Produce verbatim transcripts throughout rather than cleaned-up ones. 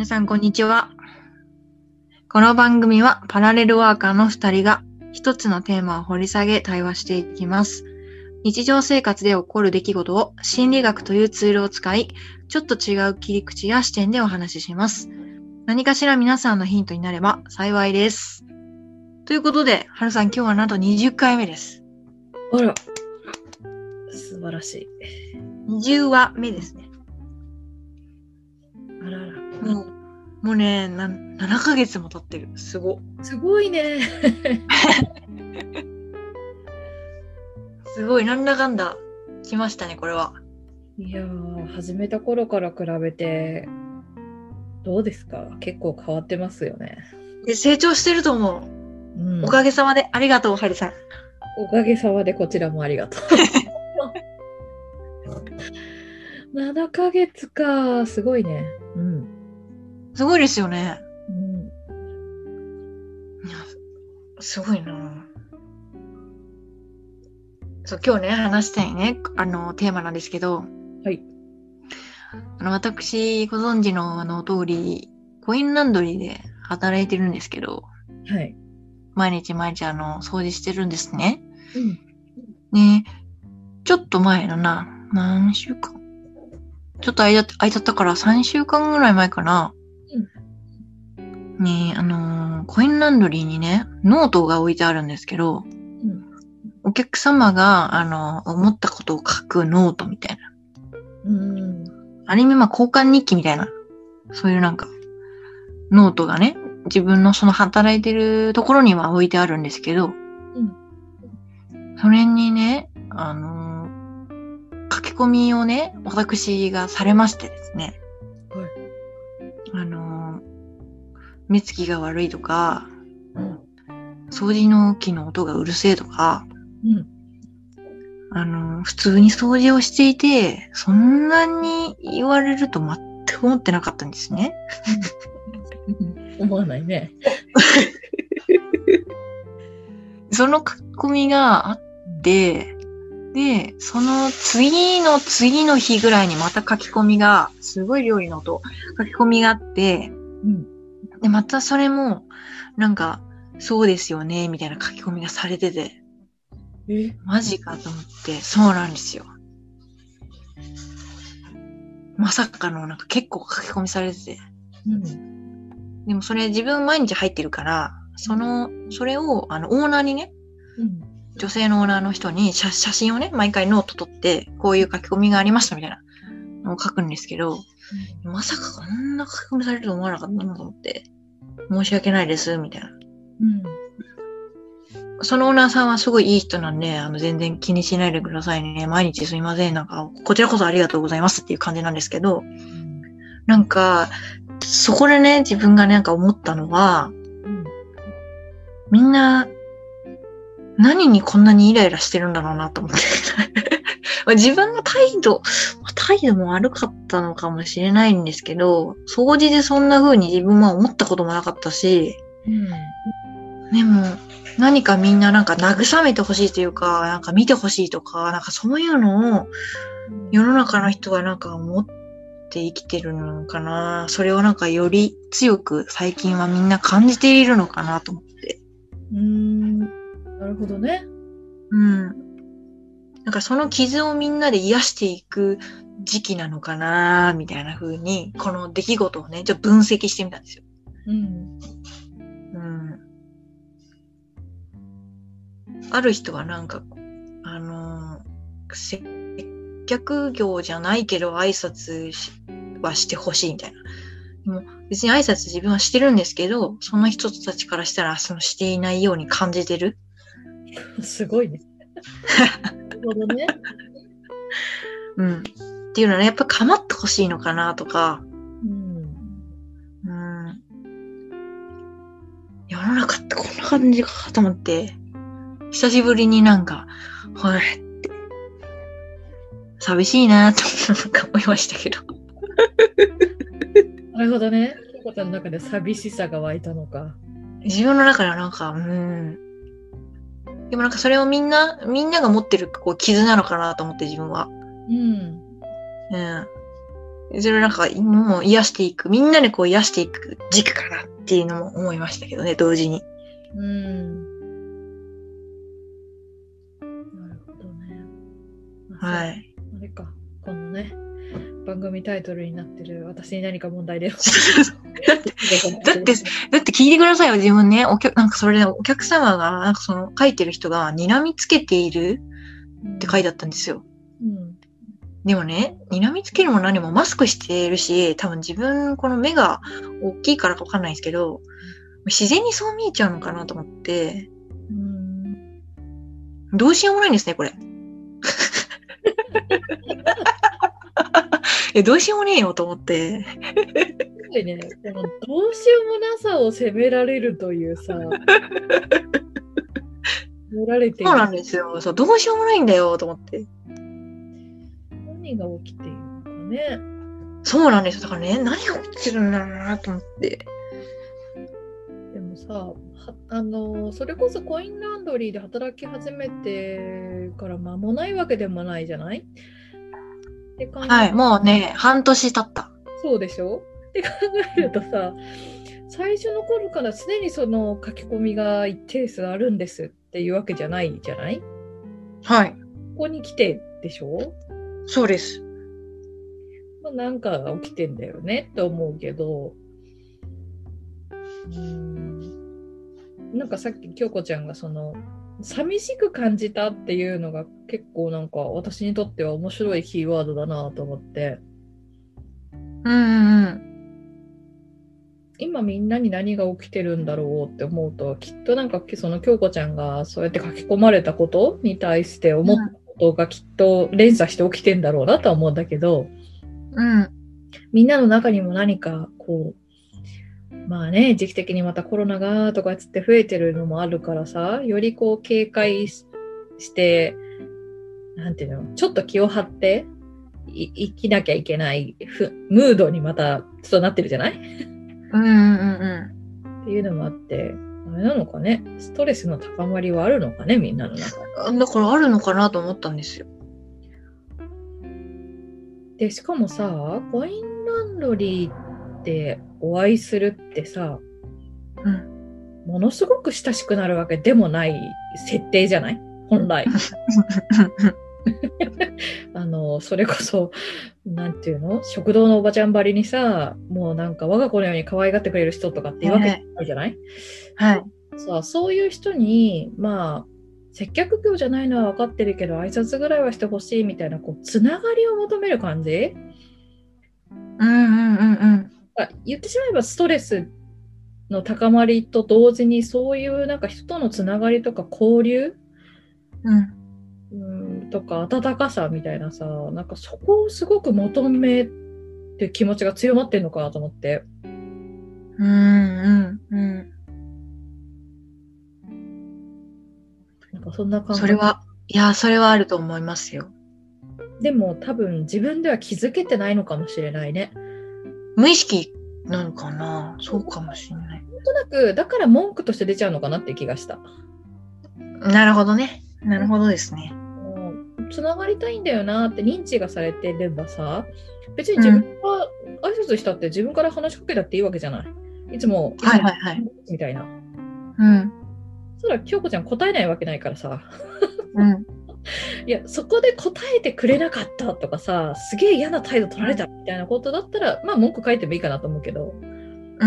皆さんこんにちは。この番組はパラレルワーカーのふたりが一つのテーマを掘り下げ対話していきます。日常生活で起こる出来事を心理学というツールを使い、ちょっと違う切り口や視点でお話しします。何かしら皆さんのヒントになれば幸いです。ということで、はるさん今日はなんとにじゅっかいめです。 あら、素晴らしい。 にじゅうわめですね。 あらら。 もう、もうね、なななかげつも経ってる。すご。 すごいね。 すごい、なんだかんだ来ましたね、これは。 いやー、始めた頃から比べて、どうですか？結構変わってますよね。 で成長してると思う。 うん、 おかげさまでありがとう、はるさん。 おかげさまでこちらもありがとう。ななかげつか、すごいね。うん。 すごいですよね。 うん、 いや、すごいな。そう、今日ね、話したいね、あの、テーマなんですけど、 はい。 あの、私、ご存知のあの通り、コインランドリーで働いてるんですけど、 はい。 毎日毎日あの、掃除してるんですね。 うん。 ね、ちょっと前のな、何週間ちょっと間、空いちゃったからさんしゅうかんぐらい前かな。うん、ね、あのー、コインランドリーにね、ノートが置いてあるんですけど、うん、お客様が、あの、思ったことを書くノートみたいな。うん。ある意味、まあ、交換日記みたいな。そういうなんか、ノートがね、自分のその働いてるところには置いてあるんですけど、うん。それにね、あのー、書き込みをね、私がされましてですね。はい。あのー、目つきが悪いとか、うん。掃除の機の音がうるせえとか、うん、あの、普通に掃除をしていて、そんなに言われると全く思ってなかったんですね。 思わないね。 その書き込みがあって、で、その次の次の日ぐらいにまた書き込みが、すごい料理の音、書き込みがあって、うん、で、またそれも、なんか、そうですよね、みたいな書き込みがされてて、え、マジかと思って、そうなんですよ。まさかのなんか結構書き込みされてて。うん、でもそれ自分毎日入ってるから、その、それをあのオーナーにね、うん、女性のオーナーの人に 写, 写真をね、毎回ノート取って、こういう書き込みがありましたみたいなのを書くんですけど、うん、まさかこんな書き込みされると思わなかったなと思って、申し訳ないです、みたいな。うんそのオーナーさんはすごいいい人なんで、あの、全然気にしないでくださいね。毎日すいません。なんか、こちらこそありがとうございますっていう感じなんですけど、うん、なんか、そこでね、自分がなんか思ったのは、うん、みんな、何にこんなにイライラしてるんだろうなと思って。自分の態度、態度も悪かったのかもしれないんですけど、掃除でそんな風に自分は思ったこともなかったし、うん、でも、何かみんななんか慰めてほしいというか、なんか見てほしいとか、なんかそういうのを世の中の人はなんか思って生きてるのかな。それをなんかより強く最近はみんな感じているのかなと思って。 うーん、なるほどね。 うん。なんかその傷をみんなで癒していく時期なのかな、みたいな風に、この出来事をね、ちょっと分析してみたんですよ。うん。うんある人はなんか、あのー、接客業じゃないけど挨拶はしてほしいみたいな。でも別に挨拶自分はしてるんですけど、その人たちからしたらそのしていないように感じてる。 すごいね。なるほどね。 うん。っていうのはね、やっぱ構ってほしいのかなとか、うん。うん。世の中ってこんな感じかと思って、久しぶりになんか、はいって、寂しいなと思いましたけど。 なるほどね。ココちゃんの中で寂しさが湧いたのか。 自分の中ではなんか、うん。でもなんかそれをみんな、みんなが持ってるこう傷なのかなと思って自分は。うん。うん。 それなんか、もう癒していく、みんなでこう癒していく時期かなっていうのも思いましたけどね、同時に。 うん。なるほどね。 はい。 あれか、このね、番組タイトルになってる私に何か問題でだって、だって、だって聞いてくださいよ、自分ね。お客、なんかそれでお客様が、なんかその書いてる人が、睨みつけているって書いてあったんですよ。うん。でもね、睨みつけるも何もマスクしてるし、多分自分、この目が大きいからかわかんないですけど、自然にそう見えちゃうのかなと思って、うん、どうしようもないんですね、これ。え、どうしようもねえよと思って。 すごいね、このどうしようもなさを責められるというさ、責められている。 そうなんですよ。そう、どうしようもないんだよと思って。 何が起きているのかね。 そうなんですよ。だからね、何が起きてるんだろうなと思って。 でもさ、あのそれこそコインランドリーで働き始めてから間もないわけでもないじゃない？って考えはい、もうね、半年経った。 そうでしょ？って考えるとさ、最初の頃から常にその書き込みが一定数あるんですっていうわけじゃないじゃない？ はい。ここに来てでしょ？ そうです。 まあ、なんかが起きてんだよねって思うけど、うーん、なんかさっき京子ちゃんがその寂しく感じたっていうのが結構なんか私にとっては面白いキーワードだなと思って。 うんうんうん。 今みんなに何が起きてるんだろうって思うと、きっとなんかその京子ちゃんがそうやって書き込まれたことに対して思ったことがきっと連鎖して起きてんだろうなとは思うんだけど、 うん、 みんなの中にも何かこう、まあね、時期的にまたコロナがとかつって増えてるのもあるからさ、よりこう警戒して、なんていうの、ちょっと気を張ってい生きなきゃいけないムードにまたちょっとなってるじゃない？ うんうんうんっていうのもあって、あれなのかね、ストレスの高まりはあるのかね、みんなの中で。だからあるのかなと思ったんですよ。 で、しかもさ、コインランドリーってお会いするってさ、うん、ものすごく親しくなるわけでもない設定じゃない？本来。あのそれこそなんていうの、食堂のおばちゃんばりにさ、もうなんか我が子のように可愛がってくれる人とかっていうわけないじゃない？ はい。 さあ、そういう人にまあ接客業じゃないのは分かってるけど挨拶ぐらいはしてほしいみたいな、こうつながりを求める感じ。 うんうんうんうん。 あ、言ってしまえばストレスの高まりと同時にそういうなんか人とのつながりとか交流、うんうんとか温かさみたいなさ、なんかそこをすごく求めて気持ちが強まってるのかなと思って。 うんうんうん。 なんかそんな感覚。 それは、いや、それはあると思いますよ。 でも多分自分では気づけてないのかもしれないね。 無意識なのかな。そうかもしれない。 なんとなくだから文句として出ちゃうのかなって気がした。 なるほどね。なるほどですね。 つながりたいんだよなって認知がされてればさ、別に自分が挨拶したって自分から話しかけたっていいわけじゃない。いつも、 はいはいはい。 みたいな。 うん。 そしたら京子ちゃん答えないわけないからさ。 うん。 いや、そこで答えてくれなかったとかさ、すげえ嫌な態度取られたみたいなことだったら、まあ文句書いてもいいかなと思うけど。 うん。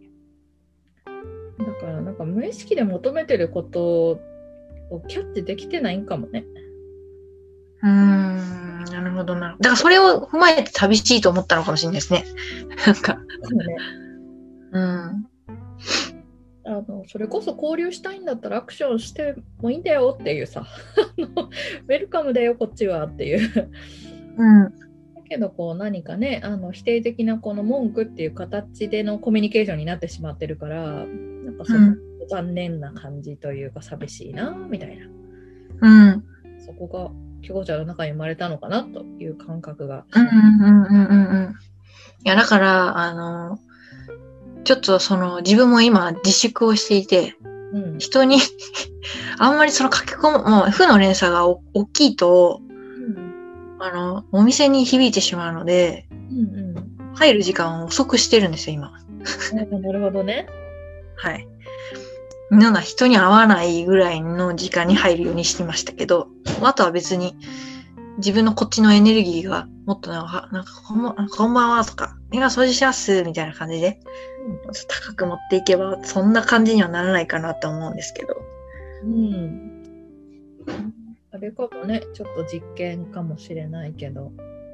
だからなんか無意識で求めてることをキャッチできてないんかもね。 うーん、なるほどな。だからそれを踏まえて寂しいと思ったのかもしれないですね。なんか。 そうね。 うん。 あのそれこそ交流したいんだったらアクションしてもいいんだよっていうさウェルカムだよこっちはっていううん、 だけどこう何かね、あの否定的なこの文句っていう形でのコミュニケーションになってしまってるから、なんかそこ残念な感じというか寂しいなみたいな、 うん、 そこが京子ちゃんの中に生まれたのかなという感覚が。 うんうんうんうんうん。いやだからあのちょっとその自分も今自粛をしていて、うん、人にあんまりその書き込む、もう負の連鎖が大きいと、うん、あのお店に響いてしまうので、 うんうん、 入る時間を遅くしてるんですよ、今。 なるほどね。 はい。なんか人に会わないぐらいの時間に入るようにしてましたけど、あとは別に自分のこっちのエネルギーがもっとなんか、なんかこんばん、こんばんはとか、今掃除しますみたいな感じで、うん、高く持っていけばそんな感じにはならないかなと思うんですけど。 うん。あれかもね、ちょっと実験かもしれないけど。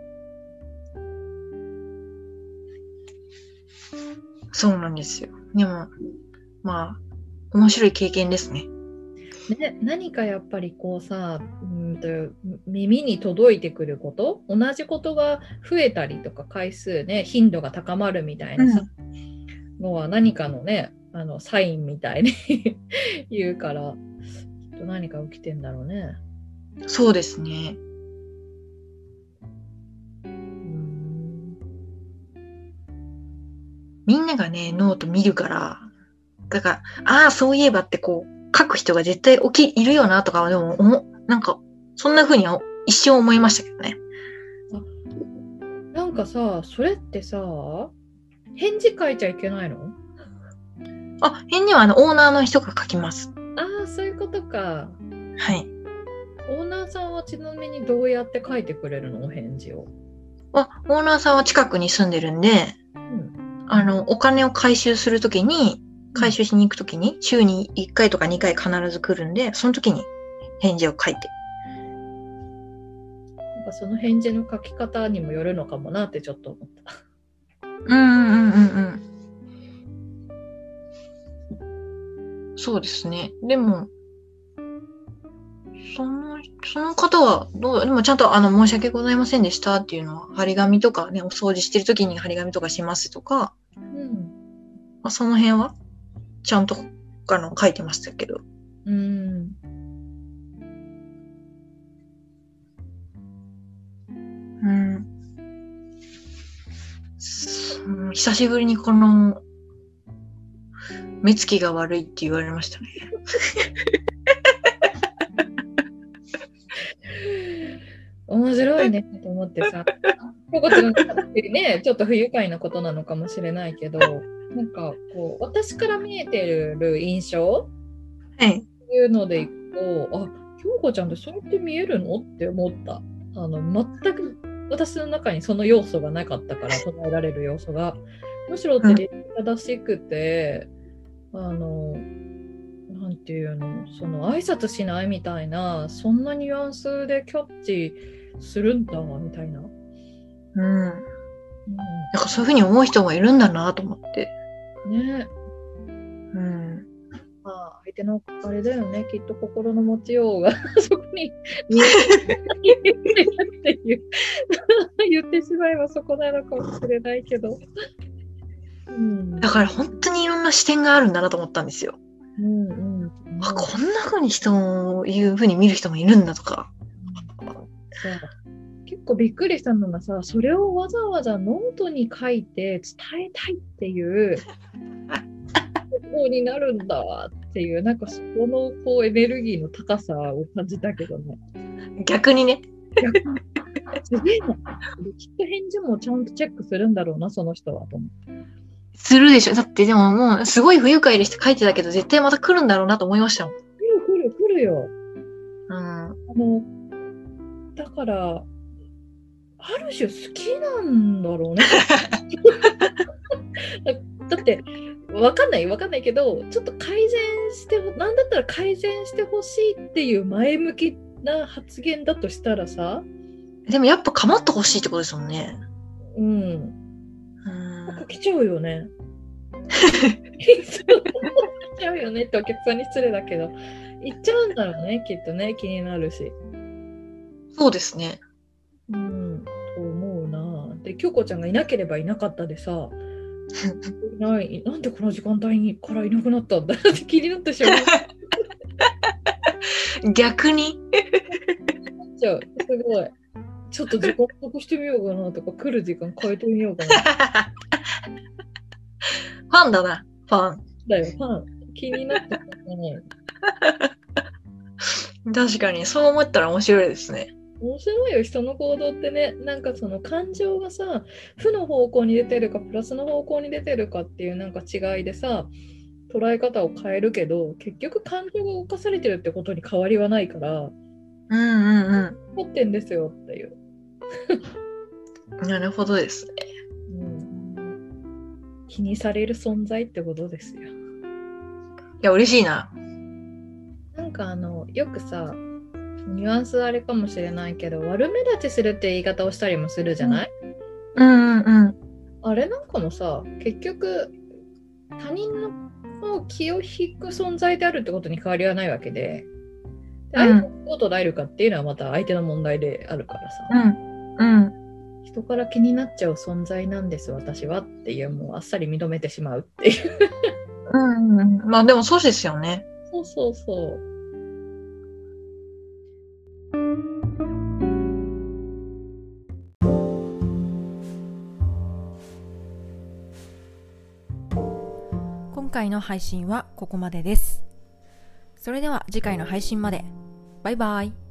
そうなんですよ。でも、まあ、面白い経験ですね。 ね、何かやっぱりこうさ、うんと耳に届いてくること、同じことが増えたりとか回数ね、頻度が高まるみたいなさ、うん、のは何かのね、あのサインみたいに言うから、きっと何か起きてんだろうね。 そうですね。 うん、 みんながね、ノート見るから、だから、ああ、そういえばってこう、書く人が絶対起き、いるよなとか、でも、思なんか、そんな風に一瞬思いましたけどね。 あ、なんかさ、それってさ、返事書いちゃいけないの？ あ、返事はあの、オーナーの人が書きます。 ああ、そういうことか。 はい。 オーナーさんはちなみにどうやって書いてくれるの？お返事を。 あ、オーナーさんは近くに住んでるんで、うん、あの、お金を回収するときに、回収しに行くときに、週にいっかいとかにかい必ず来るんで、その時に返事を書いて。 なんかその返事の書き方にもよるのかもなってちょっと思った。 うんうんうんうんうん。そうですね。でも、その、その方はどう、でもちゃんとあの、申し訳ございませんでしたっていうのは、張り紙とかね、お掃除してるときに張り紙とかしますとか、うん。まあ、その辺は、ちゃんと、あの、書いてましたけど。 うん。 うん。久しぶりにこの、目つきが悪いって言われましたね。 面白いねと思ってさ、ここちのね、ちょっと不愉快なことなのかもしれないけど、なんかこう私から見えてる印象、 はい、 っていうのでいくと、あ、京子ちゃんってそうやって見えるのって思った。あの全く私の中にその要素がなかったから、捉えられる要素が。むしろって礼儀正しくて、うん、あのなんていうの、その挨拶しないみたいな、そんなニュアンスでキャッチするんだみたいな。 うん。うん、なんかそういうふうに思う人もいるんだなと思って。ね。 うん。まあ相手のあれだよね、きっと心の持ちようがそこに見えてっていう言ってしまえばそこなのかもしれないけど。 うん、だから本当にいろんな視点があるんだなと思ったんですよ。 うんうんうん、 あ、こんな風に人をいう風に見る人もいるんだとか。 そう結構びっくりしたのがさ、それをわざわざノートに書いて伝えたいっていう方になるんだっていう、なんかそこのこうエネルギーの高さを感じたけどね。 逆にね。 逆にすげえな。きっと返事もちゃんとチェックするんだろうな、その人はと思って。するでしょ。だってでももうすごい不愉快でして書いてたけど、絶対また来るんだろうなと思いましたもん。来る来る来るよ。 うん。 あの、だから、ある種好きなんだろうね。だって、わかんないわかんないけど、ちょっと改善して、なんだったら改善してほしいっていう前向きな発言だとしたらさ。 でもやっぱ構ってほしいってことですもんね。 うん。うん。なんか来ちゃうよね。来ちゃうよねってお客さんに失礼だけど、行っちゃうんだろうね、きっとね、気になるし。 そうですね。 うん、と思うな。で、京子ちゃんがいなければいなかったでさ、ない、なんでこの時間帯にからいなくなったんだって気になってしまう。逆にじゃあ、すごい。ちょっと時間残してみようかなとか、来る時間変えてみようかな。 ファンだな、ファン。 だよ、ファン。気になってたね。 確かに、そう思ったら面白いですね。 面白いよ、人の行動ってね。なんかその感情がさ、負の方向に出てるかプラスの方向に出てるかっていうなんか違いでさ、捉え方を変えるけど、結局感情が動かされてるってことに変わりはないから、 うんうんうん。 持ってんですよっていう。 なるほどですね。 うん、気にされる存在ってことですよ。いや、嬉しいな。 なんかあの、よくさ、ニュアンスあれかもしれないけど、悪目立ちするって言い方をしたりもするじゃない？ うんうんうん。 あれなんかもさ、結局、他人の気を引く存在であるってことに変わりはないわけで、で相手をどう捉えるかっていうのはまた相手の問題であるからさ、 うんうん、 人から気になっちゃう存在なんです私はっていう、もうあっさり認めてしまうっていううんうん、まあでもそうですよね。 そうそうそう。 今回の配信はここまでです。それでは次回の配信まで。バイバイ。